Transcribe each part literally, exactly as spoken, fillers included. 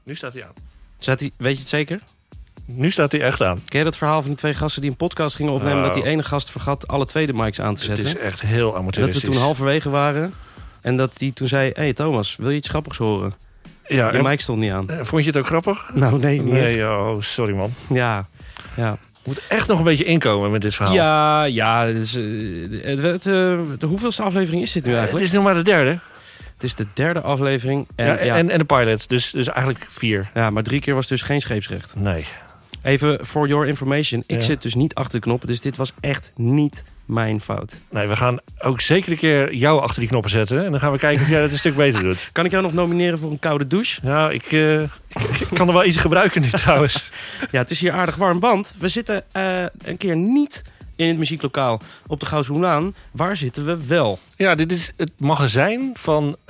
Nu staat hij aan. Zat hij, weet je het zeker? Nu staat hij echt aan. Ken je dat verhaal van die twee gasten die een podcast gingen opnemen... Oh. dat die ene gast vergat alle twee de mics aan te zetten? Het is echt heel Dat amateuristisch. we toen halverwege waren en dat die toen zei... Hé hey Thomas, wil je iets grappigs horen? Ja, Je en mic stond niet aan. vond je het ook grappig? Nou, nee, niet Nee, echt. oh, sorry man. Ja, ja. Moet echt nog een beetje inkomen met dit verhaal. Ja, ja. Het is, uh, het, het, uh, de hoeveelste aflevering is dit nu Uh, eigenlijk? het is nog maar de derde. Het is de derde aflevering. En, Ja, ja, en, ja. en de pilot, dus, dus eigenlijk vier. ja, maar drie keer was dus geen scheepsrecht. Nee. Even for your information. Ik Ja. zit dus niet achter de knoppen, dus dit was echt niet mijn fout. Nee, we gaan ook zeker een keer jou achter die knoppen zetten. En dan gaan we kijken of jij dat een stuk beter doet. Kan ik jou nog nomineren voor een koude douche? Nou, ik, uh, ik, ik kan er wel iets gebruiken nu trouwens. Ja, het is hier aardig warm, want we zitten uh, een keer niet in het muzieklokaal op de Goudsbloemlaan. Waar zitten we wel? Ja, dit is het magazijn van uh,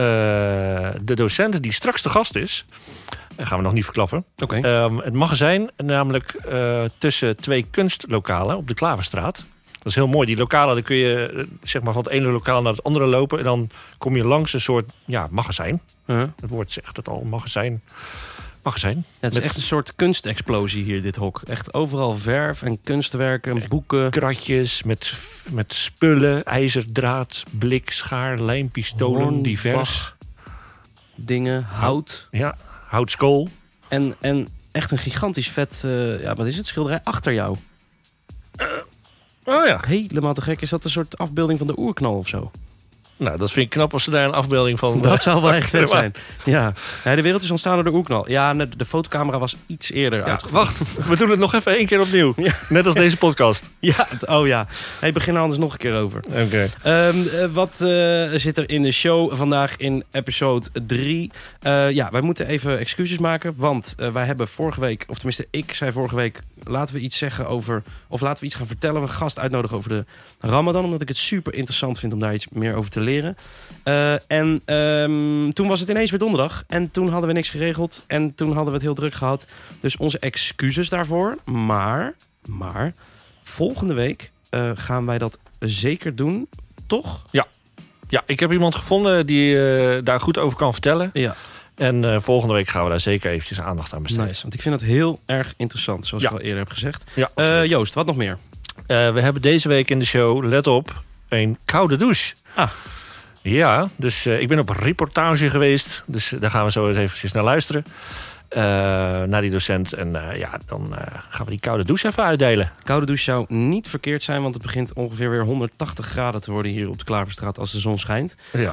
de docent die straks de gast is. Dat gaan we nog niet verklappen. Oké. Okay. Um, het magazijn, namelijk uh, tussen twee kunstlokalen op de Klaverstraat. Dat is heel mooi. Die lokalen, dan kun je uh, zeg maar van het ene lokaal naar het andere lopen. En dan kom je langs een soort ja, magazijn. Uh-huh. Het woord zegt het al, magazijn. Magazijn. Ja, het is Met echt een soort kunstexplosie hier, dit hok. Echt overal verf en kunstwerken, boeken. kratjes met, met spullen, ijzerdraad, blik, schaar, lijm, pistolen, Hoorn, divers. bach, dingen, hout. Ja, houtskool. En, en echt een gigantisch vet, uh, ja, wat is het, schilderij achter jou. Uh, oh ja. Helemaal te gek. Is dat een soort afbeelding van de oerknal of zo? Nou, dat vind ik knap als ze daar een afbeelding van... Dat zou wel echt vet zijn. Ja. Ja, de wereld is ontstaan door de oerknal. Ja, de, de fotocamera was iets eerder ja, uitgevoerd. Wacht, we doen het nog even één keer opnieuw. Ja. Net als deze podcast. Ja, het, oh ja. Hey, begin er anders nog een keer over. Oké. Okay. Um, uh, wat uh, zit er in de show vandaag in episode drie? Uh, ja, wij moeten even excuses maken. Want uh, wij hebben vorige week, of tenminste ik zei vorige week... laten we iets zeggen over, of laten we iets gaan vertellen... een gast uitnodigen over de Ramadan. Omdat ik het super interessant vind om daar iets meer over te leren. Uh, en um, toen was het ineens weer donderdag. En toen hadden we niks geregeld. En toen hadden we het heel druk gehad. Dus onze excuses daarvoor. Maar, maar volgende week uh, gaan wij dat zeker doen. Toch? Ja. Ja, ik heb iemand gevonden die uh, daar goed over kan vertellen. Ja. En uh, volgende week gaan we daar zeker eventjes aandacht aan besteden. Nice, want ik vind het heel erg interessant, zoals ja. ik al eerder heb gezegd. Ja, uh, Joost, wat nog meer? Uh, we hebben deze week in de show, let op, een koude douche. Ah. Ja, dus uh, ik ben op reportage geweest. Dus daar gaan we zo eens eventjes naar luisteren. Uh, naar die docent. En uh, ja, dan uh, gaan we die koude douche even uitdelen. Koude douche zou niet verkeerd zijn, want het begint ongeveer weer honderdtachtig graden te worden hier op de Klaverstraat als de zon schijnt. Ja.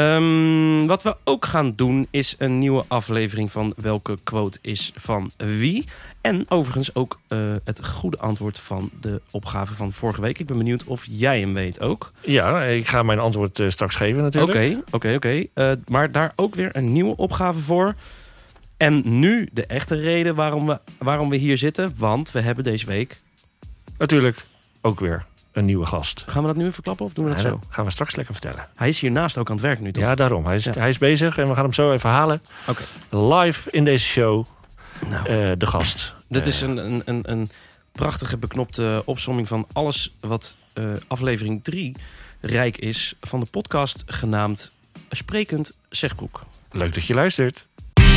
Um, wat we ook gaan doen is een nieuwe aflevering van Welke Quote is van wie. En overigens ook uh, het goede antwoord van de opgave van vorige week. Ik ben benieuwd of jij hem weet ook. Ja, ik ga mijn antwoord uh, straks geven natuurlijk. Oké, oké, oké. Maar daar ook weer een nieuwe opgave voor. En nu de echte reden waarom we, waarom we hier zitten. Want we hebben deze week... Natuurlijk ook weer een nieuwe gast. Gaan we dat nu even klappen of doen we dat ja, zo? Gaan we straks lekker vertellen. Hij is hiernaast ook aan het werk nu, toch? Ja, daarom. Hij is, ja. hij is bezig en we gaan hem zo even halen. Okay. Live in deze show. Nou, uh, de gast. Dit uh, is een, een, een, een prachtige beknopte opsomming van alles wat uh, aflevering drie rijk is. Van de podcast genaamd Sprekend Zegbroek. Leuk dat je luistert.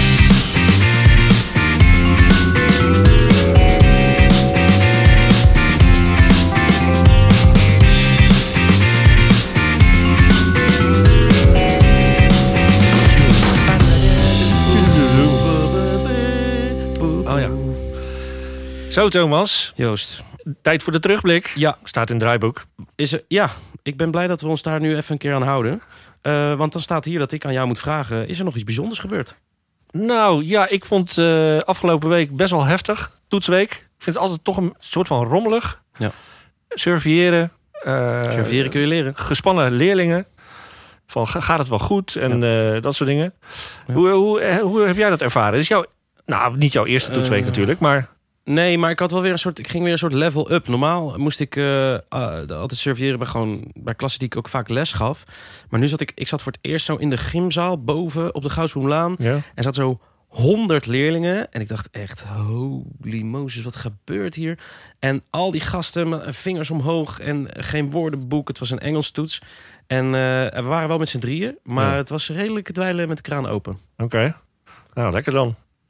Oh ja. Zo Thomas. Joost. Tijd voor de terugblik. Ja. Staat in het draaiboek. Is er, ja, ik ben blij dat we ons daar nu even een keer aan houden. Uh, want dan staat hier dat ik aan jou moet vragen... is er nog iets bijzonders gebeurd? Nou ja, ik vond uh, afgelopen week best wel heftig. Toetsweek. Ik vind het altijd toch een soort van rommelig. Ja. Surveilleren. Uh, Surveilleren kun je leren. Gespannen leerlingen. Van gaat het wel goed? En ja. uh, dat soort dingen. Ja. Hoe, hoe, hoe heb jij dat ervaren? Dit is jouw, nou, niet jouw eerste toetsweek uh, natuurlijk, maar... Nee, maar ik had wel weer een soort. Ik ging weer een soort level up. Normaal moest ik uh, uh, altijd surveilleren bij gewoon bij klassen die ik ook vaak les gaf. Maar nu zat ik. Ik zat voor het eerst zo in de gymzaal boven op de Goudsbloemlaan. Ja. En zat zo honderd leerlingen. En ik dacht echt, holy Moses, wat gebeurt hier? En al die gasten met vingers omhoog en geen woordenboek. Het was een Engels toets. En uh, we waren wel met z'n drieën, maar ja. het was redelijk dweilen met de kraan open. Oké, okay. Nou lekker dan.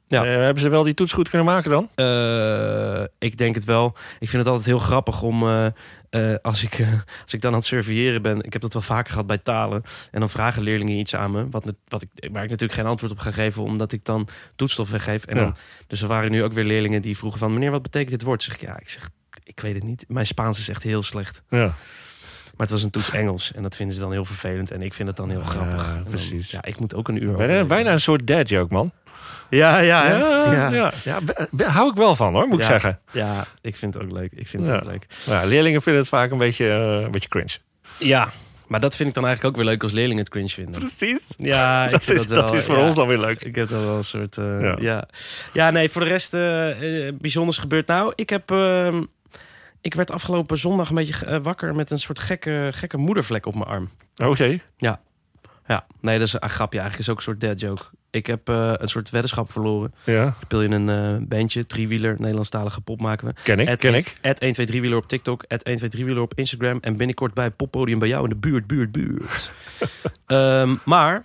Ja. Uh, hebben ze wel die toets goed kunnen maken dan? Uh, ik denk het wel. Ik vind het altijd heel grappig om... Uh, uh, als, ik, uh, als ik dan aan het surveilleren ben... Ik heb dat wel vaker gehad bij talen. En dan vragen leerlingen iets aan me. Wat, wat ik, waar ik natuurlijk geen antwoord op ga geven... omdat ik dan toetsstof weggeef. En ja. dan, dus er waren nu ook weer leerlingen die vroegen van... meneer, wat betekent dit woord? Zeg ik, ja, ik zeg, ik weet het niet. Mijn Spaans is echt heel slecht. Ja. Maar het was een toets Engels. En dat vinden ze dan heel vervelend. En ik vind het dan heel grappig. Ja, precies. Dan, ja, ik moet ook een uur bijna, bijna een soort dad joke, man. Ja, ja, ja. Ja, ja. ja. ja be, be, hou ik wel van, hoor, moet ja, ik zeggen. Ja, ik vind het ook leuk. Ik vind het ja. ook leuk. Ja, leerlingen vinden het vaak een beetje, uh, een beetje cringe. Ja, maar dat vind ik dan eigenlijk ook weer leuk als leerlingen het cringe vinden. Precies. Ja, ik dat, vind is, dat, wel, dat is voor ja, ons dan weer leuk. Ik heb dan wel een soort... Uh, ja. Ja. ja, nee, voor de rest uh, uh, bijzonders gebeurd. Nou, ik heb... Uh, ik werd afgelopen zondag een beetje uh, wakker met een soort gekke, gekke moedervlek op mijn arm. Oké. Okay. Ja. Ja, nee, dat is een grapje. Eigenlijk is ook een soort dad joke. Ik heb uh, een soort weddenschap verloren. Ja. Speel je een uh, bandje, driewieler, Nederlandstalige pop maken we. Ken ik, at, ken at, ik. at een twee drie wieler op TikTok, at een twee drie wieler op Instagram. En binnenkort bij Poppodium bij jou in de buurt, buurt, buurt. um, maar,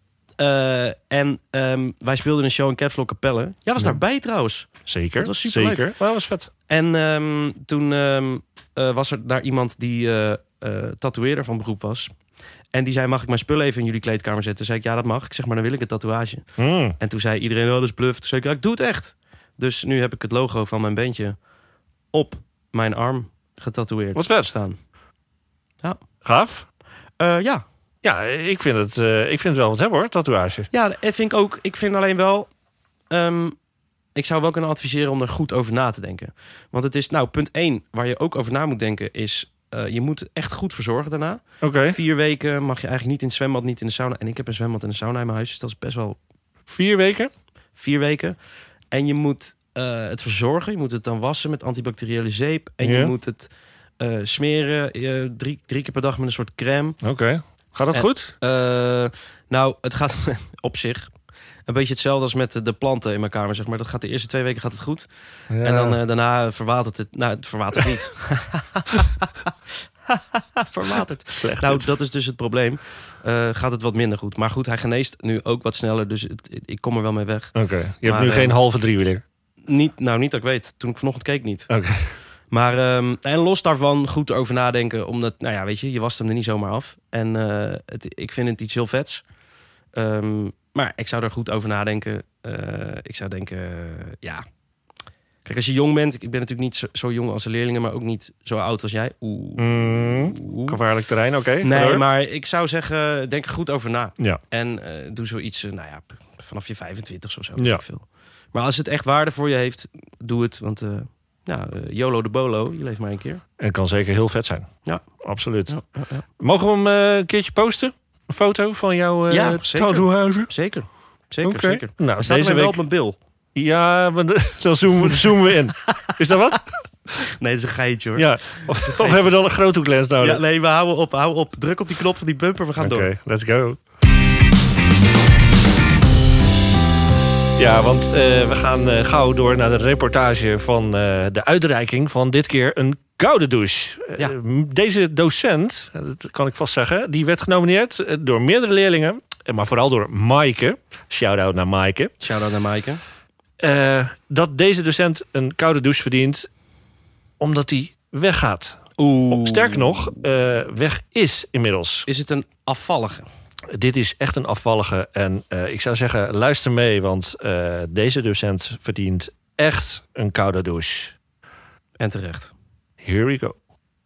uh, en um, wij speelden een show in Caps Lock Capelle. Jij was ja. daarbij trouwens. Zeker, dat was superleuk. Zeker. Maar dat was vet. En um, toen um, uh, was er daar iemand die uh, uh, tatoeëerder van beroep was. En die zei, mag ik mijn spullen even in jullie kleedkamer zetten? Toen zei ik, ja, dat mag. Ik zeg, maar dan wil ik een tatoeage. Mm. En toen zei iedereen, oh, dat is bluff. Toen zei ik, ja, ik doe het echt. Dus nu heb ik het logo van mijn bandje op mijn arm getatoeëerd. Wat vet. Staan. Ja. Gaaf? Uh, ja. Ja, ik vind, het, uh, ik vind het wel wat hebben, hoor, tatoeage. Ja, dat vind ik ook. Ik vind alleen wel... Um, ik zou wel kunnen adviseren om er goed over na te denken. Want het is, nou, punt één, waar je ook over na moet denken, is... Uh, je moet het echt goed verzorgen daarna. Okay. Vier weken mag je eigenlijk niet in het zwembad, niet in de sauna. En ik heb een zwembad en een sauna in mijn huis, dus dat is best wel... Vier weken? Vier weken. En je moet uh, het verzorgen. Je moet het dan wassen met antibacteriële zeep. En ja. je moet het uh, smeren uh, drie, drie keer per dag met een soort crème. Oké. Okay. Gaat dat en, goed? Uh, nou, het gaat op zich... Een beetje hetzelfde als met de planten in mijn kamer, zeg maar. Dat gaat de eerste twee weken gaat het goed. Ja. En dan uh, daarna verwatert het. Nou, het verwatert niet. verwatert. Slecht. Nou, dat is dus het probleem. Uh, gaat het wat minder goed. Maar goed, hij geneest nu ook wat sneller. Dus het, ik kom er wel mee weg. Oké. Okay. Je maar, hebt nu uh, geen halve driewieler? Niet, nou, niet dat ik weet. Toen ik vanochtend keek niet. Oké. Okay. Maar, um, en los daarvan goed erover nadenken. Omdat, nou ja, weet je, je wast hem er niet zomaar af. En uh, het, ik vind het iets heel vets. Um, Maar ik zou er goed over nadenken. Uh, ik zou denken, uh, ja... Kijk, als je jong bent... Ik ben natuurlijk niet zo, zo jong als de leerlingen... maar ook niet zo oud als jij. Oeh. Mm, oeh. Gevaarlijk terrein, oké. Okay. Nee, Verder. Maar ik zou zeggen... Denk er goed over na. Ja. En uh, doe zoiets, uh, nou ja... vanaf je vijfentwintig of zo. Ja. Veel. Maar als het echt waarde voor je heeft... Doe het, want... Uh, ja, uh, YOLO de bolo. Je leeft maar een keer. En kan zeker heel vet zijn. Ja. Absoluut. Ja, ja, ja. Mogen we hem uh, een keertje posten? Een foto van jouw uh, ja, tatoeage? Zeker. Zeker, okay. zeker. Nou, hij staat deze er wel week... op mijn bil. Ja, dan zoomen we, zoomen we in. Is dat wat? Nee, dat is een geitje, hoor. Ja. Of, of hebben we dan een groothoeklens nodig? Ja, nee, we houden op. Hou op. Druk op die knop van die bumper. We gaan okay, door. Oké, let's go. Ja, want uh, we gaan uh, gauw door naar de reportage van uh, de uitreiking van dit keer een koude douche. Ja. Uh, deze docent, dat kan ik vast zeggen, die werd genomineerd uh, door meerdere leerlingen. Maar vooral door Maaike. Shout-out naar Maaike. Shout-out naar Maaike. Uh, dat deze docent een koude douche verdient omdat hij weggaat. Oeh. Sterker nog, uh, weg is inmiddels. Is het een afvallige? Dit is echt een afvallige. En uh, ik zou zeggen, luister mee. Want uh, deze docent verdient echt een koude douche. En terecht. Here we go.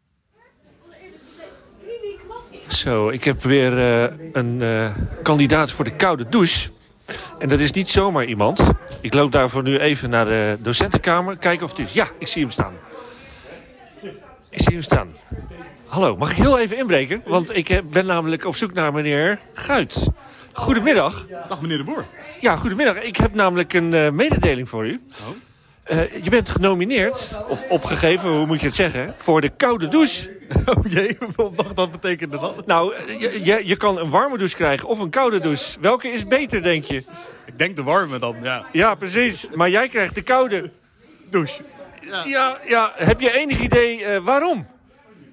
Zo, ik heb weer uh, een uh, kandidaat voor de koude douche. En dat is niet zomaar iemand. Ik loop daarvoor nu even naar de docentenkamer. Kijken of het is. Ja, ik zie hem staan. Ik zie hem staan. Hallo, mag ik heel even inbreken? Want ik ben namelijk op zoek naar meneer Guit. Goedemiddag. Dag meneer de Boer. Ja, goedemiddag. Ik heb namelijk een uh, mededeling voor u. Oh. Uh, je bent genomineerd, of opgegeven, hoe moet je het zeggen, voor de koude douche. Oh jee, wat, wat betekent dat? Nou, je, je, je kan een warme douche krijgen of een koude douche. Welke is beter, denk je? Ik denk de warme dan, ja. Ja, precies. Maar jij krijgt de koude douche. Ja, ja, ja. Heb je enig idee uh, waarom? Ik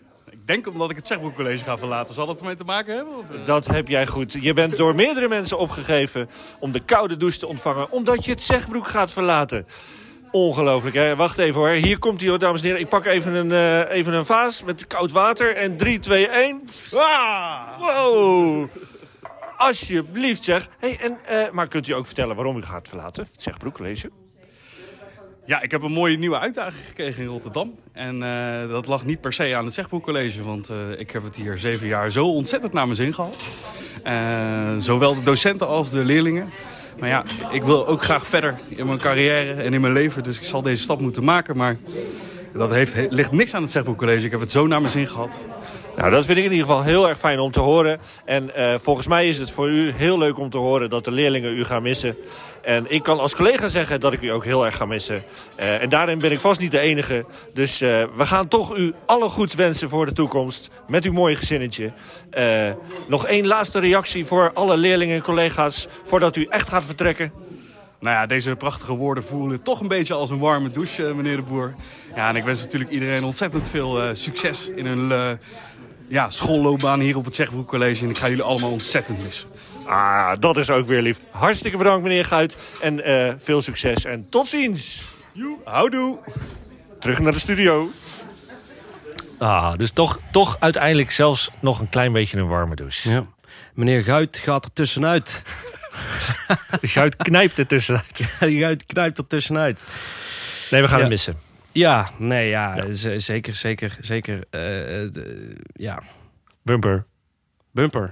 denk omdat ik het Zegbroekcollege ga verlaten. Zal dat ermee te maken hebben? Of, uh... Dat heb jij goed. Je bent door meerdere mensen opgegeven om de koude douche te ontvangen, omdat je het Zegbroek gaat verlaten. Ongelooflijk, hè? Wacht even hoor. Hier komt hij, hoor, dames en heren. Ik pak even een, uh, even een vaas met koud water. En drie, twee, één. Ah! Wow! Alsjeblieft, zeg. Hey, en, uh, maar kunt u ook vertellen waarom u gaat verlaten? Het Zegbroekcollege? Ja, ik heb een mooie nieuwe uitdaging gekregen in Rotterdam. En uh, dat lag niet per se aan het Zegbroekcollege. Want uh, ik heb het hier zeven jaar zo ontzettend naar mijn zin gehad. Uh, zowel de docenten als de leerlingen. Maar ja, ik wil ook graag verder in mijn carrière en in mijn leven. Dus ik zal deze stap moeten maken. Maar dat heeft, ligt niks aan het Zegbroekcollege. Ik heb het zo naar mijn zin gehad. Nou, dat vind ik in ieder geval heel erg fijn om te horen. En uh, volgens mij is het voor u heel leuk om te horen dat de leerlingen u gaan missen. En ik kan als collega zeggen dat ik u ook heel erg ga missen. Uh, en daarin ben ik vast niet de enige. Dus uh, we gaan toch u alle goeds wensen voor de toekomst. Met uw mooie gezinnetje. Uh, nog één laatste reactie voor alle leerlingen en collega's voordat u echt gaat vertrekken. Nou ja, deze prachtige woorden voelen toch een beetje als een warme douche, meneer de Boer. Ja, en ik wens natuurlijk iedereen ontzettend veel uh, succes in hun uh, ja, schoolloopbaan hier op het Zegbroekcollege. En ik ga jullie allemaal ontzettend missen. Ah, dat is ook weer lief. Hartstikke bedankt, meneer Guit. En uh, veel succes en tot ziens. Joe, houdoe. Terug naar de studio. Ah, dus toch, toch uiteindelijk zelfs nog een klein beetje een warme douche. Ja. Meneer Guit gaat er tussenuit. De Guit knijpt er tussenuit. Ja, die Guit knijpt er tussenuit. Nee, we gaan ja. hem missen. Ja, nee, ja, ja. Z- zeker, zeker, zeker. Uh, de, ja. Bumper. Bumper.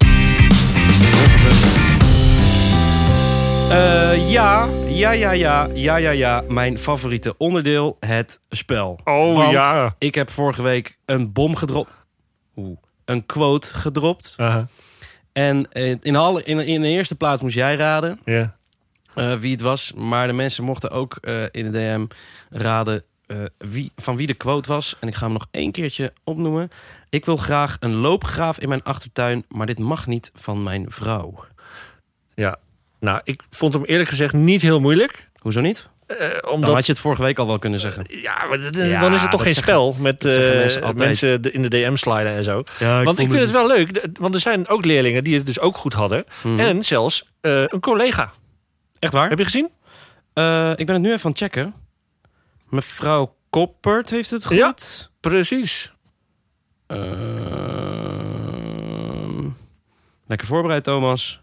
Uh, ja, ja, ja, ja, ja, ja, ja. Mijn favoriete onderdeel, het spel. Oh, Want ja. ik heb vorige week een bom gedropt. Oeh, een quote gedropt. Uh-huh. En in de, alle, in, in de eerste plaats moest jij raden Ja. uh, wie het was. Maar de mensen mochten ook uh, in de D M raden uh, wie, van wie de quote was. En ik ga hem nog één keertje opnoemen. Ik wil graag een loopgraaf in mijn achtertuin, maar dit mag niet van mijn vrouw. Ja. Nou, ik vond hem eerlijk gezegd niet heel moeilijk. Hoezo niet? Uh, Dan omdat... had je het vorige week al wel kunnen zeggen. Ja, maar d- Ja, dan is het toch dat geen zeggen- spel met dat zeggen uh, mensen mensen, altijd. de- in de D M sliden en zo. Ja, Want ik vind het wel leuk, d- want er zijn ook leerlingen die het dus ook goed hadden. Mhm. En zelfs uh, een collega. Echt waar? Heb je gezien? Uh, ik ben het nu even aan het checken. Mevrouw Koppert heeft het goed. Ja. Precies. Uh, lekker voorbereid, Thomas.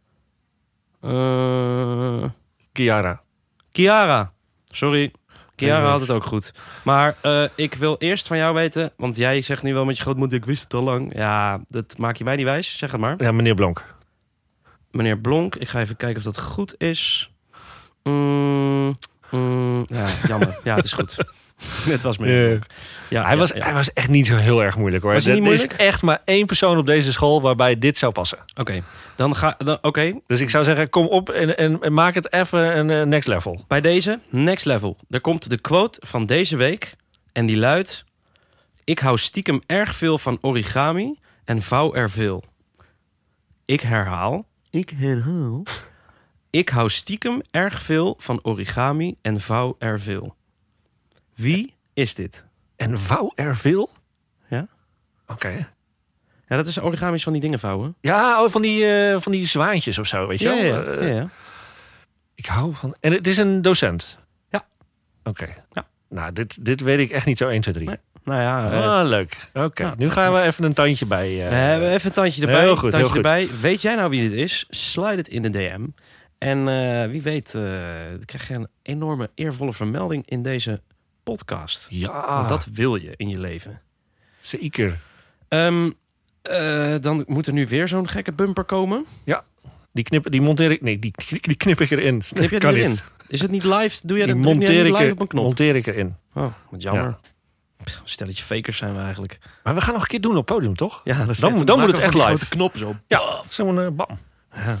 Uh, Kiara. Chiara. Sorry. Chiara Nee, had het ook goed. Maar uh, ik wil eerst van jou weten, want jij zegt nu wel met je grootmoeder, ik wist het al lang. Ja, dat maak je mij niet wijs. Zeg het maar. Ja, meneer Blonk. Meneer Blonk, ik ga even kijken of dat goed is. Mm, mm, ja, jammer. Ja, het is goed. Het was meneer Blonk. Ja, hij, ja, was, ja. hij was echt niet zo heel erg moeilijk hoor. Was hij niet er moeilijk? is echt maar één persoon op deze school waarbij dit zou passen. Oké, okay. dan ga dan, Oké, okay. Dus ik zou zeggen, kom op en, en, en maak het even een uh, next level. Bij deze, next level. Er komt de quote van deze week. En die luidt: ik hou stiekem erg veel van origami en vouw er veel. Ik herhaal. Ik herhaal. Ik hou stiekem erg veel van origami en vouw er veel. Wie is dit? En vouw er veel? Ja? Oké. Okay. Ja, dat is origami's van die dingen vouwen. Ja, oh, van, die, uh, van die zwaantjes of zo, weet je ja, wel? Ja, uh, ja, ja. Ik hou van... En het is een docent? Ja. Oké. Okay. Ja. Nou, dit, dit weet ik echt niet zo één, twee, drie. Nee. Nou ja. Uh, ah, leuk. Oké, okay. nou, nu gaan we even een tandje bij. Uh, we hebben even een tandje erbij. Heel goed, tandje heel erbij. Goed. Weet jij nou wie dit is? Slide het in de D M. En uh, wie weet, uh, krijg je een enorme eervolle vermelding in deze podcast. Ja. Want dat wil je in je leven. Zeker. Um, uh, dan moet er nu weer zo'n gekke bumper komen. Ja. Die, knip, die monteer ik... Nee, die, die knip ik erin. Knip je er erin? Is het niet live? Doe jij die dat monteer niet live ik, op een knop? monteer ik erin. Oh, wat jammer. Ja. Pff, stelletje fakers zijn we eigenlijk. Maar we gaan nog een keer doen op het podium, toch? Ja, dat is dan, vet. dan Dan moet het echt live. grote knop zo. Ja, zo'n uh, bam. Ja.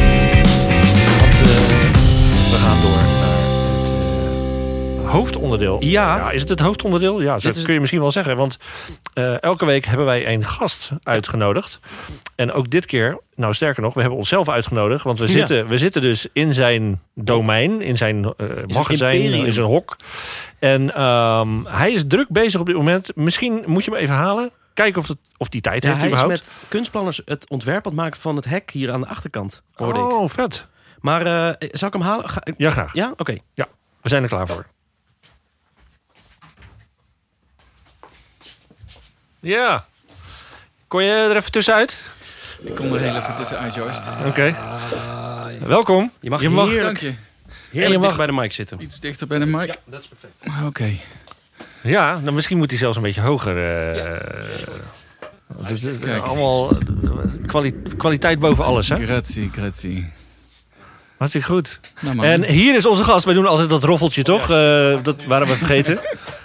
Want, uh, we gaan door naar het uh, hoofdonderdeel hoofdonderdeel. Ja. ja. Is het het hoofdonderdeel? Ja, dat is... kun je misschien wel zeggen. Want uh, elke week hebben wij een gast uitgenodigd. En ook dit keer, nou sterker nog, we hebben onszelf uitgenodigd. Want we, ja. zitten, we zitten dus in zijn domein, in zijn uh, magazijn, in zijn hok. En um, hij is druk bezig op dit moment. Misschien moet je hem even halen. Kijken of, het, of die tijd ja, heeft hij überhaupt. Hij is met kunstplanners het ontwerp aan het maken van het hek hier aan de achterkant. Hoorde oh, ik. vet. Maar uh, zal ik hem halen? Ga, ja, graag. Ja? Oké. Okay. Ja, we zijn er klaar voor. Ja. Kon je er even tussenuit? Ik kom er heel even tussenuit, Joost. Oké. Okay. Uh, Welkom. Je mag, je mag heerlijk, dank je. Heerlijk je mag dicht bij de mic zitten. Iets dichter bij de mic? Ja, dat is perfect. Oké. Okay. Ja, dan misschien moet hij zelfs een beetje hoger. Uh, ja. Dus uh, allemaal kwali- kwaliteit boven alles, hè? Grazie, grazie. Hartstikke goed. Nou, en hier is onze gast. Wij doen altijd dat roffeltje, toch? Uh, dat waren we vergeten.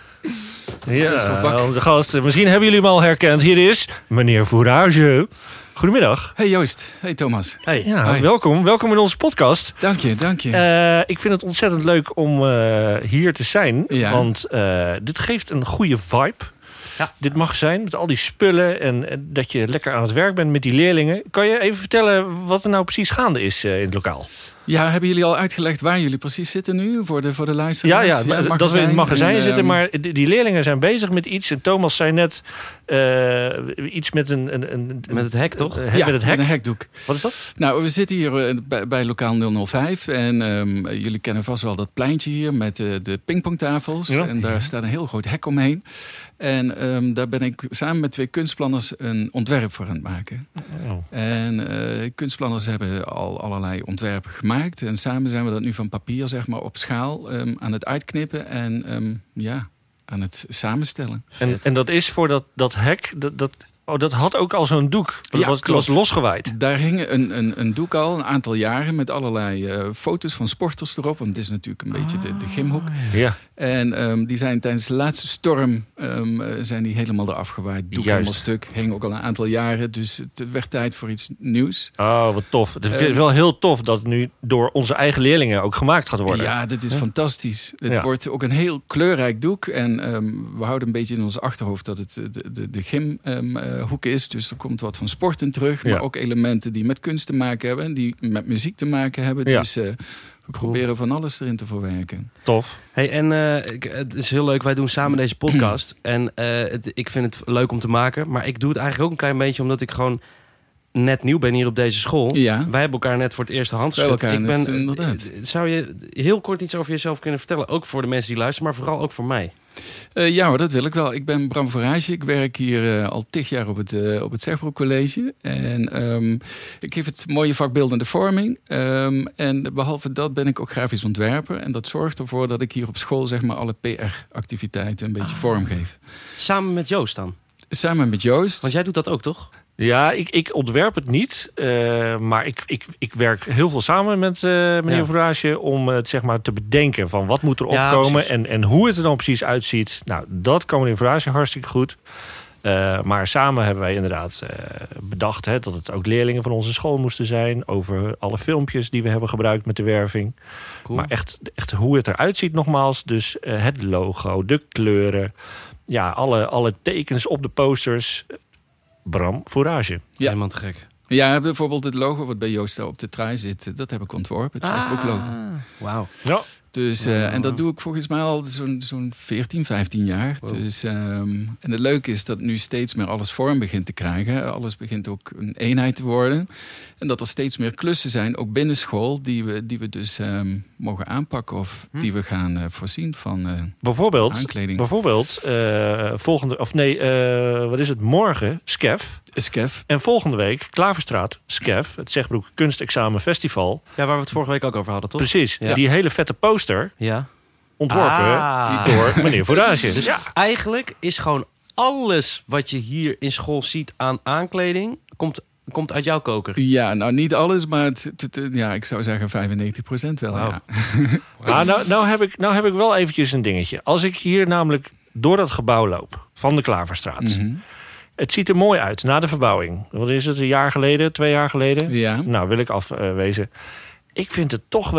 Ja, onze gast. Misschien hebben jullie hem al herkend. Hier is meneer Fourage. Goedemiddag. Hey Joost. Hey Thomas. Hey. Ja, Hi. welkom. Welkom in onze podcast. Dank je, dank je. Uh, ik vind het ontzettend leuk om uh, hier te zijn. Ja. Want uh, dit geeft een goede vibe. Ja. Dit mag zijn, met al die spullen en, en dat je lekker aan het werk bent met die leerlingen. Kan je even vertellen wat er nou precies gaande is uh, in het lokaal? Ja, hebben jullie al uitgelegd waar jullie precies zitten nu voor de, voor de luisteraars? Ja, ja, ja dat we in het magazijn en, zitten, maar die, die leerlingen zijn bezig met iets. En Thomas zei net uh, iets met een, een, een... Met het hek, toch? Uh, ja, met het hek. Met een hekdoek. Wat is dat? Nou, we zitten hier uh, bij, bij lokaal nul nul vijf. En um, jullie kennen vast wel dat pleintje hier met uh, de pingpongtafels. Ja. En daar staat een heel groot hek omheen. En um, daar ben ik samen met twee kunstplanners een ontwerp voor aan het maken. Oh. En uh, kunstplanners hebben al allerlei ontwerpen gemaakt. En samen zijn we dat nu van papier, zeg maar, op schaal um, aan het uitknippen. En um, ja, aan het samenstellen. En, en dat is voor dat, dat hek... Dat, dat... Oh, dat had ook al zo'n doek. Dat ja, was, was losgewaaid. Daar hing een, een, een doek al, een aantal jaren... met allerlei uh, foto's van sporters erop. Want het is natuurlijk een ah, beetje de, de gymhoek. Ja. En um, die zijn tijdens de laatste storm... Um, uh, zijn die helemaal eraf gewaaid. Doek Juist. helemaal stuk. Hing ook al een aantal jaren. Dus het werd tijd voor iets nieuws. Oh, wat tof. Het is um, wel heel tof dat het nu door onze eigen leerlingen... ook gemaakt gaat worden. Ja, dat is ja. fantastisch. Het ja. wordt ook een heel kleurrijk doek. En um, we houden een beetje in ons achterhoofd... dat het de, de, de gym... Um, uh, hoek is. Dus er komt wat van sport in terug. Maar ja. ook elementen die met kunst te maken hebben. Die met muziek te maken hebben. Ja. Dus uh, we proberen van alles erin te verwerken. Tof. Hey, en uh, ik, het is heel leuk. Wij doen samen deze podcast. en uh, het, ik vind het leuk om te maken. Maar ik doe het eigenlijk ook een klein beetje omdat ik gewoon net nieuw ben hier op deze school. Ja. Wij hebben elkaar net voor het eerste hand geschud. Ik ben, inderdaad. Zou je heel kort iets over jezelf kunnen vertellen? Ook voor de mensen die luisteren, maar vooral ook voor mij. Uh, ja hoor, dat wil ik wel. Ik ben Bram Fourage. Ik werk hier uh, al tig jaar op het, uh, op het Zegbroek College. En um, ik geef het mooie vak beeldende vorming. Um, en behalve dat ben ik ook grafisch ontwerper. En dat zorgt ervoor dat ik hier op school zeg maar alle P R-activiteiten een beetje ah. vormgeef. Samen met Joost dan? Samen met Joost. Want jij doet dat ook, toch? Ja, ik, ik ontwerp het niet. Uh, maar ik, ik, ik werk heel veel samen met uh, meneer ja. Fourage... om het zeg maar te bedenken van wat moet er opkomen... Ja, en, en hoe het er dan precies uitziet. Nou, dat kan meneer Fourage hartstikke goed. Uh, maar samen hebben wij inderdaad uh, bedacht... Hè, dat het ook leerlingen van onze school moesten zijn... over alle filmpjes die we hebben gebruikt met de werving. Cool. Maar echt, echt hoe het eruit ziet nogmaals. Dus uh, het logo, de kleuren... ja, alle, alle tekens op de posters... Bram Fourage. Ja. Helemaal te gek. Ja, bijvoorbeeld het logo wat bij Joost op de trui zit. Dat heb ik ontworpen. Het ah, ook logo. Wauw. Ja. Dus, uh, en dat doe ik volgens mij al zo'n zo'n veertien, vijftien jaar. Wow. Dus, um, en het leuke is dat nu steeds meer alles vorm begint te krijgen. Alles begint ook een eenheid te worden. En dat er steeds meer klussen zijn, ook binnen school... die we, die we dus um, mogen aanpakken of hm. die we gaan uh, voorzien van uh, bijvoorbeeld, aankleding. Bijvoorbeeld, uh, volgende, of nee, uh, wat is het, morgen, Skef. Skef. En volgende week, Klaverstraat, Skef, het Zegbroek Kunstexamen Festival. Ja, waar we het vorige week ook over hadden, toch? Precies, ja. Die hele vette poster... Ja. ontworpen ah. door meneer Fourage. Dus ja. eigenlijk is gewoon alles wat je hier in school ziet aan aankleding... komt, komt uit jouw koker. Ja, nou niet alles, maar het, het, het, ja, ik zou zeggen vijfennegentig procent wel. Wow. Ja. ah, nou, nou, heb ik, nou heb ik wel eventjes een dingetje. Als ik hier namelijk door dat gebouw loop van de Klaverstraat... Mm-hmm. Het ziet er mooi uit na de verbouwing. Wat is het, een jaar geleden, twee jaar geleden? Ja. Nou, wil ik afwezen. Ik vind het toch wel...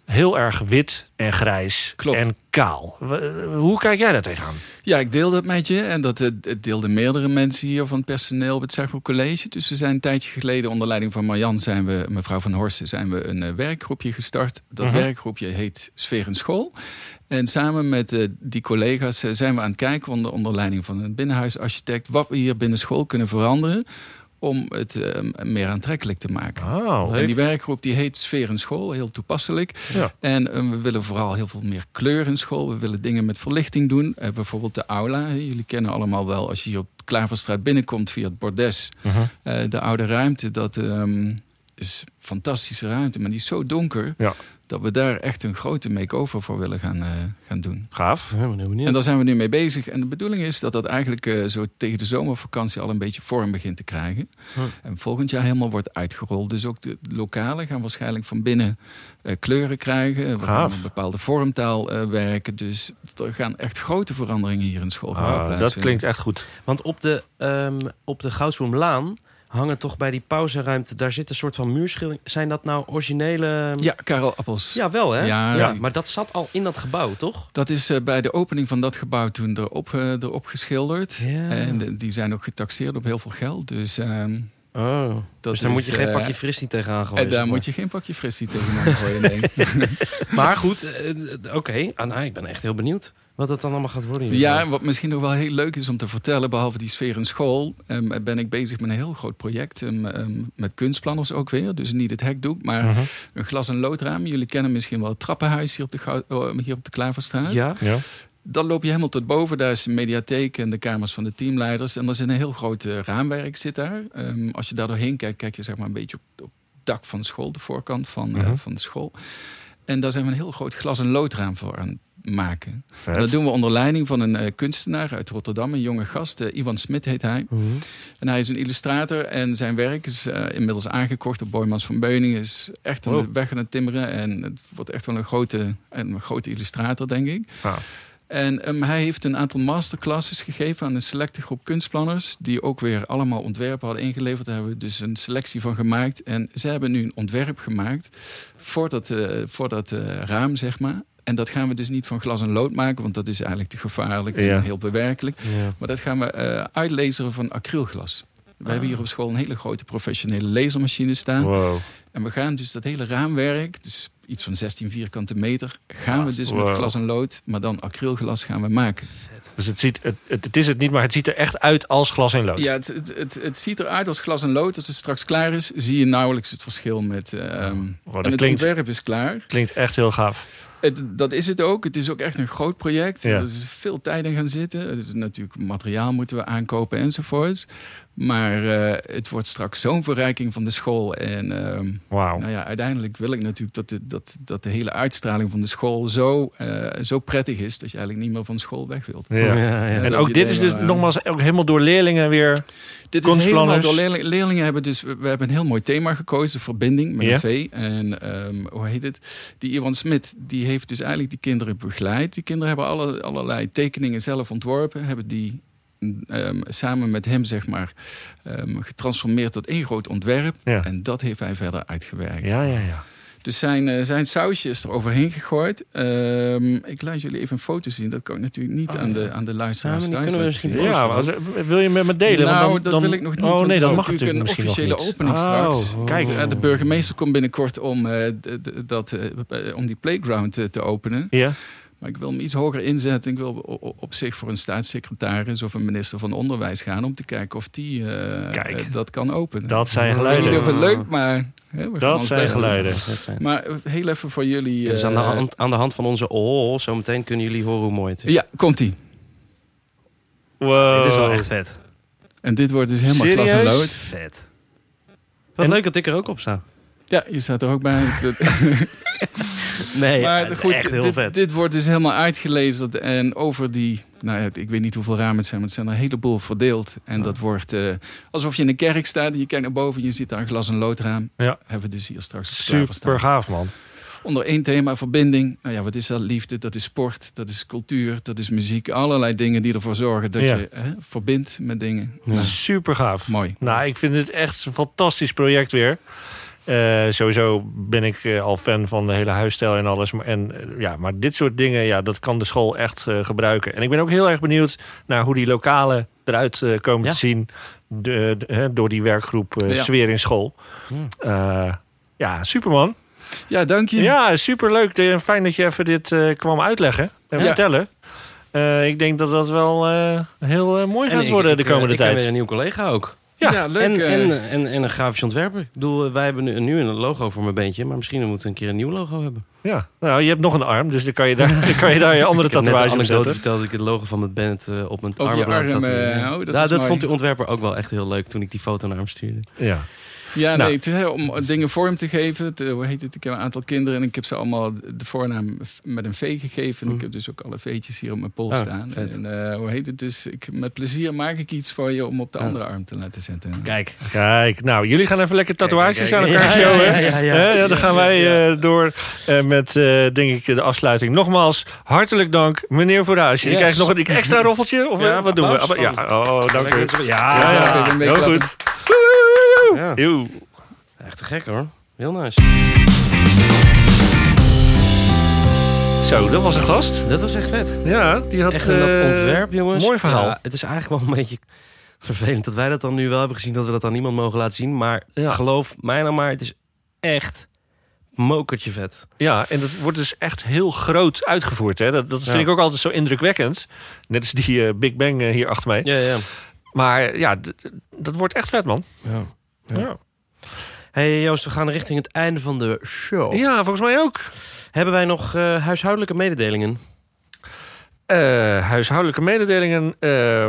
heel erg wit en grijs Klopt. en kaal. Hoe kijk jij daar tegenaan? Ja, ik deel dat met je. En dat uh, deelden meerdere mensen hier van het personeel op het Zegbroek College. Dus we zijn een tijdje geleden onder leiding van Marjan, zijn we, mevrouw Van Horsten, zijn we een uh, werkgroepje gestart. Dat uh-huh. werkgroepje heet Sfeer en School. En samen met uh, die collega's uh, zijn we aan het kijken onder, onder leiding van een binnenhuisarchitect wat we hier binnen school kunnen veranderen om het uh, meer aantrekkelijk te maken. Oh, en die werkgroep die heet Sfeer in School, heel toepasselijk. Ja. En uh, we willen vooral heel veel meer kleur in school. We willen dingen met verlichting doen. Uh, bijvoorbeeld de aula. Jullie kennen allemaal wel, als je hier op de Klaverstraat binnenkomt via het bordes. Uh-huh. Uh, de oude ruimte, dat um, is een fantastische ruimte. Maar die is zo donker, ja, dat we daar echt een grote make-over voor willen gaan, uh, gaan doen. Gaaf. Ja, ben benieuwd. En daar zijn we nu mee bezig. En de bedoeling is dat dat eigenlijk uh, zo tegen de zomervakantie al een beetje vorm begint te krijgen. Huh. En volgend jaar helemaal wordt uitgerold. Dus ook de lokalen gaan waarschijnlijk van binnen uh, kleuren krijgen. We gaan een bepaalde vormtaal uh, werken. Dus er gaan echt grote veranderingen hier in school. Ah, dat klinkt echt goed. Want op de, um, op de Goudsbloemlaan hangen toch bij die pauzeruimte, daar zit een soort van muurschildering. Zijn dat nou originele... Ja, Karel Appels. Ja, wel hè? Ja, ja, die... maar dat zat al in dat gebouw, toch? Dat is uh, bij de opening van dat gebouw toen erop, uh, erop geschilderd. Ja. En de, die zijn ook getaxeerd op heel veel geld. Dus... Uh, Oh, dat dus daar is, moet je geen pakje uh, fristie tegenaan gooien. En daar moet je geen pakje fristie tegenaan gooien, nee. Maar goed, uh, oké. Okay. Ah, nou, ik ben echt heel benieuwd wat het dan allemaal gaat worden. Hier. Ja, en wat misschien nog wel heel leuk is om te vertellen, behalve die Sfeer in School, um, ben ik bezig met een heel groot project. Um, um, met kunstplanners ook weer. Dus niet het hekdoek, maar uh-huh. een glas- en loodraam. Jullie kennen misschien wel het trappenhuis hier op de, Goud, uh, hier op de Klaverstraat. Ja. ja. Dan loop je helemaal tot boven. Daar is de mediatheek en de kamers van de teamleiders. En er zit een heel groot uh, raamwerk zit daar. Um, als je daar doorheen kijkt, kijk je zeg maar een beetje op, op het dak van de school. De voorkant van, uh, uh-huh. van de school. En daar zijn we een heel groot glas- en loodraam voor aan het maken. En dat doen we onder leiding van een uh, kunstenaar uit Rotterdam. Een jonge gast. Uh, Iwan Smit heet hij. Uh-huh. En hij is een illustrator. En zijn werk is uh, inmiddels aangekocht op Boijmans van Beuningen. Is echt aan oh. de weg aan het timmeren. En het wordt echt wel een grote, een grote illustrator, denk ik. Ah. En um, hij heeft een aantal masterclasses gegeven aan een selecte groep kunstplanners, die ook weer allemaal ontwerpen hadden ingeleverd. Daar hebben we dus een selectie van gemaakt. En ze hebben nu een ontwerp gemaakt voor dat, uh, voor dat uh, raam, zeg maar. En dat gaan we dus niet van glas en lood maken, want dat is eigenlijk te gevaarlijk ja. en heel bewerkelijk. Ja. Maar dat gaan we uh, uitlaseren van acrylglas. We ah. hebben hier op school een hele grote professionele lasermachine staan. Wow. En we gaan dus dat hele raamwerk, dus iets van zestien vierkante meter, gaan we dus wow. met glas en lood, maar dan acrylglas gaan we maken. Vet. Dus het, ziet, het, het, het is het niet, maar het ziet er echt uit als glas en lood. Ja, het, het, het, het ziet eruit als glas en lood. Als het straks klaar is, zie je nauwelijks het verschil met... Uh, um, wow, dat en het klinkt, ontwerp is klaar. Klinkt echt heel gaaf. Het, dat is het ook. Het is ook echt een groot project. Ja. Er is veel tijd in gaan zitten. Het is natuurlijk materiaal moeten we aankopen enzovoorts. Maar uh, het wordt straks zo'n verrijking van de school. En uh, wow. nou ja, uiteindelijk wil ik natuurlijk dat de, dat, dat de hele uitstraling van de school zo, uh, zo prettig is dat je eigenlijk niet meer van school weg wilt. Ja. Ja, ja. En, en ook dit is dus uh, nogmaals ook helemaal door leerlingen weer. Dit is helemaal door leerlingen. Leerlingen hebben dus, we hebben een heel mooi thema gekozen, verbinding met ja. een V. En um, hoe heet het? Die Iwan Smit, die heeft dus eigenlijk die kinderen begeleid. Die kinderen hebben alle, allerlei tekeningen zelf ontworpen, hebben die Um, samen met hem zeg maar um, getransformeerd tot één groot ontwerp. Ja. En dat heeft hij verder uitgewerkt. Ja, ja, ja. Dus zijn, uh, zijn sausje is er overheen gegooid. Um, ik laat jullie even een foto zien. Dat kan ik natuurlijk niet oh, aan, de, aan de luisteraars thuis laten zien. Ja, als, wil je met me delen? Nou, want dan, dat dan... wil ik nog niet. Oh nee, dat mag natuurlijk een officiële opening oh, straks. Oh. Kijk. Uh, de burgemeester komt binnenkort om, uh, de, de, dat, uh, om die playground uh, te openen. Ja. Maar ik wil hem iets hoger inzetten. Ik wil op zich voor een staatssecretaris of een minister van Onderwijs gaan om te kijken of die uh, uh, dat kan openen. Dat zijn geluiden. Ik weet niet of het leuk, maar hè, we dat zijn geluiden. Maar heel even voor jullie. Uh, dus aan de, hand, aan de hand van onze oh, zometeen kunnen jullie horen hoe mooi het is. Ja, komt-ie. Wow. Dit is wel echt vet. En dit wordt dus helemaal Serieus? glas en lood. Vet. Wat en... leuk dat ik er ook op sta. Ja, je staat er ook bij. Nee, maar ja, goed, echt heel dit, vet. dit wordt dus helemaal uitgelezen. En over die, nou ja, ik weet niet hoeveel ramen het zijn, maar het zijn er een heleboel verdeeld. En oh. dat wordt uh, alsof je in een kerk staat. Je kijkt naar boven, je ziet daar een glas- en loodraam. Ja. Hebben we dus hier straks super gaaf, man. Onder één thema, verbinding. Nou ja, wat is dat? Liefde, dat is sport, dat is cultuur, dat is muziek. Allerlei dingen die ervoor zorgen dat ja. je hè, verbindt met dingen. Ja. Nou, super gaaf. Mooi. Nou, ik vind het echt een fantastisch project weer. Uh, sowieso ben ik uh, al fan van de hele huisstijl en alles. Maar, en, uh, ja, maar dit soort dingen, ja, dat kan de school echt uh, gebruiken. En ik ben ook heel erg benieuwd naar hoe die lokalen eruit uh, komen ja. te zien. De, de, uh, door die werkgroep uh, ja. Sfeer in School. Uh, ja, superman. Ja, dank je. Ja, superleuk. Fijn dat je even dit uh, kwam uitleggen en ja. vertellen. Uh, ik denk dat dat wel uh, heel uh, mooi gaat en worden ik, de komende ik, tijd. Ik heb weer een nieuw collega ook. Ja, ja leuk. En, uh, en, en, en een grafisch ontwerper. Ik bedoel, wij hebben nu, nu een logo voor mijn beentje, maar misschien moeten we een keer een nieuw logo hebben. Ja, nou, je hebt nog een arm, dus dan kan je daar, dan kan je, daar je andere tatoeage op zetten. Ik heb verteld dat ik het logo van mijn band uh, op mijn op arm arm, tatoeëren. Uh, oh, dat nou, dat mooi. vond de ontwerper ook wel echt heel leuk toen ik die foto naar hem stuurde. Ja. Ja, nou. nee, het is om dingen vorm te geven. Het, hoe heet het? Ik heb een aantal kinderen en ik heb ze allemaal de voornaam met een V gegeven. En mm. ik heb dus ook alle V'tjes hier op mijn pols oh, staan. En uh, hoe heet het? Dus ik, met plezier maak ik iets voor je om op de oh. andere arm te laten zetten. Kijk. Kijk, nou, jullie gaan even lekker tatoeages kijk, kijk, aan elkaar ja, showen. Ja, ja, ja, ja. Ja, dan gaan wij uh, door uh, met, uh, denk ik, de afsluiting. Nogmaals, hartelijk dank, meneer Voorhuis. Je yes. krijgt nog een extra roffeltje? Of ja, wat doen we? Ja, oh, dank u. Ja, ja, ja, ja. Heel goed. Ja. Echt te gek hoor. Heel nice. Zo, dat was een gast. Dat was echt vet. Ja, die had echt, uh, dat ontwerp, jongens. Mooi verhaal. Ja, het is eigenlijk wel een beetje vervelend dat wij dat dan nu wel hebben gezien, dat we dat aan niemand mogen laten zien. Maar ja. geloof mij nou maar, het is echt mokertje vet. Ja, en dat wordt dus echt heel groot uitgevoerd. Hè? Dat, dat vind ja. ik ook altijd zo indrukwekkend. Net als die uh, Big Bang uh, hier achter mij. Ja, ja. Maar ja, d- d- dat wordt echt vet, man. Ja. ja. ja. Hey Joost, we gaan richting het einde van de show. Ja, volgens mij ook. Hebben wij nog uh, huishoudelijke mededelingen? Uh, huishoudelijke mededelingen. Uh,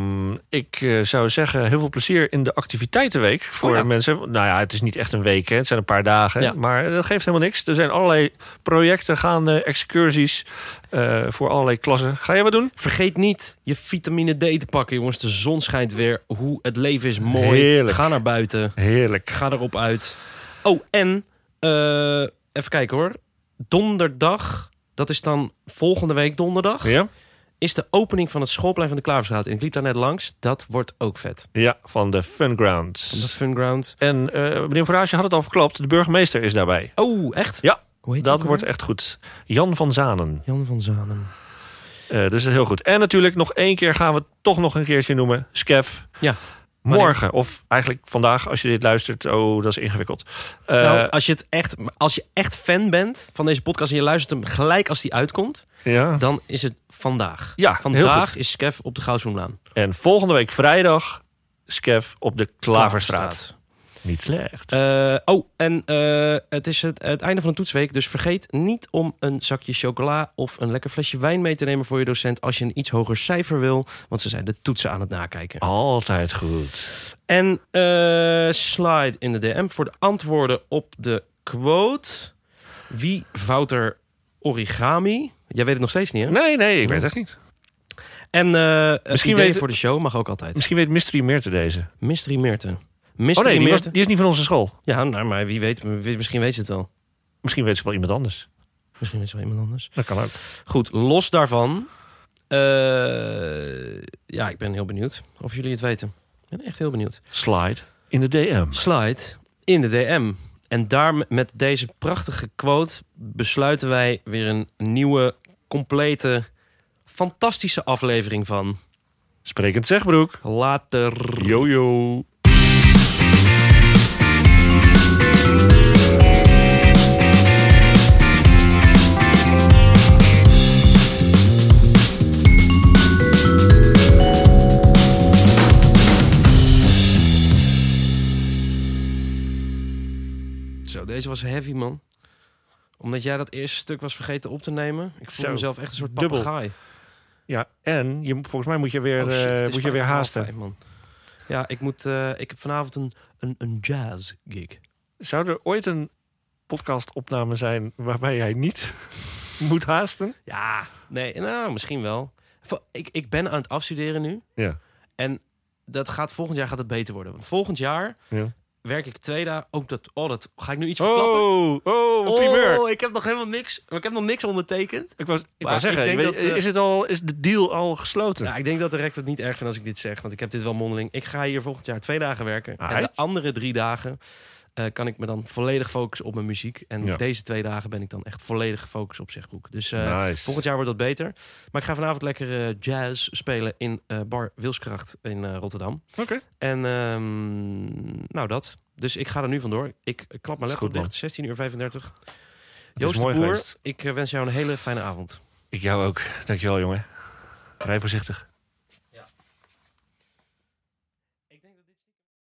ik uh, zou zeggen, heel veel plezier in de activiteitenweek voor oh ja. mensen. Nou ja, het is niet echt een week, hè. Het zijn een paar dagen. Ja. Maar dat geeft helemaal niks. Er zijn allerlei projecten gaande, excursies uh, voor allerlei klassen. Ga je wat doen? Vergeet niet je vitamine D te pakken, jongens. De zon schijnt weer. Hoe het leven is mooi. Heerlijk. Ga naar buiten. Heerlijk. Ga erop uit. Oh, en uh, even kijken hoor. Donderdag... Dat is dan volgende week donderdag. Ja. Is de opening van het schoolplein van de Klaverstraat. En ik liep daar net langs. Dat wordt ook vet. Ja, van de Funground. Van de Funground. En uh, meneer Voorhuis, je had het al verklapt. De burgemeester is daarbij. Oh, echt? Ja, hoe heet dat wordt echt goed. Jan van Zanen. Jan van Zanen. Uh, dus dat is heel goed. En natuurlijk nog één keer gaan we toch nog een keertje noemen. Scef. Ja. Morgen, of eigenlijk vandaag, als je dit luistert. Oh, dat is ingewikkeld. Uh, nou, als je, het echt, als je echt fan bent van deze podcast en je luistert hem gelijk als die uitkomt, ja. dan is het vandaag. Ja, vandaag is Scef op de Goudsbloemlaan. En volgende week vrijdag Scef op de Klaverstraat. Klaverstraat. Niet slecht. Uh, oh, en uh, het is het, het einde van de toetsweek. Dus vergeet niet om een zakje chocola of een lekker flesje wijn mee te nemen voor je docent als je een iets hoger cijfer wil. Want ze zijn de toetsen aan het nakijken. Altijd goed. En uh, slide in de D M voor de antwoorden op de quote. Wie vouwt er origami? Jij weet het nog steeds niet, hè? Nee, nee, ik weet het echt niet. En uh, misschien weet voor het, de show mag ook altijd. Misschien weet Mystery Meerte deze. Mystery Meerte. Mystery oh nee, die, was, die is niet van onze school. Ja, nou, maar wie weet, misschien weet ze het wel. Misschien weet ze wel iemand anders. Misschien weet ze wel iemand anders. Dat kan ook. Goed, los daarvan. Uh, ja, ik ben heel benieuwd of jullie het weten. Ik ben echt heel benieuwd. Slide in de D M. Slide in de D M. En daar met deze prachtige quote besluiten wij weer een nieuwe, complete, fantastische aflevering van Sprekend Zegbroek. Later. Jojo. Zo, deze was heavy, man. Omdat jij dat eerste stuk was vergeten op te nemen. Ik voel Zo, mezelf echt een soort papegaai. Ja, en je, volgens mij moet je weer, oh shit, uh, moet je weer haasten. Vijf, man. Ja, ik, moet, uh, ik heb vanavond een, een, een jazz gig. Zou er ooit een podcastopname zijn waarbij jij niet moet haasten? Ja, nee, nou, misschien wel. Ik, ik ben aan het afstuderen nu. Ja. En dat gaat, volgend jaar gaat het beter worden. Want volgend jaar ja. werk ik twee dagen. Ook dat, oh, dat ga ik nu iets verklappen. Oh, oh, primeur. Oh, ik heb nog helemaal niks. Ik heb nog niks ondertekend. Ik was, ik wou zeggen, ik weet, dat, uh, is het al, is de deal al gesloten? Nou, ik denk dat de rector het niet erg vindt als ik dit zeg, want ik heb dit wel mondeling. Ik ga hier volgend jaar twee dagen werken. Ah, en de andere drie dagen Uh, kan ik me dan volledig focussen op mijn muziek. En Ja. deze twee dagen ben ik dan echt volledig gefocust op Zegboek. Dus uh, Nice. volgend jaar wordt dat beter. Maar ik ga vanavond lekker uh, jazz spelen in uh, Bar Wilskracht in uh, Rotterdam. Oké. Okay. En um, nou dat. Dus ik ga er nu vandoor. Ik klap mijn laptop dicht. zestien uur vijfendertig. Joost de Boer, geweest. ik uh, wens jou een hele fijne avond. Ik jou ook. Dankjewel, jongen. Rij voorzichtig.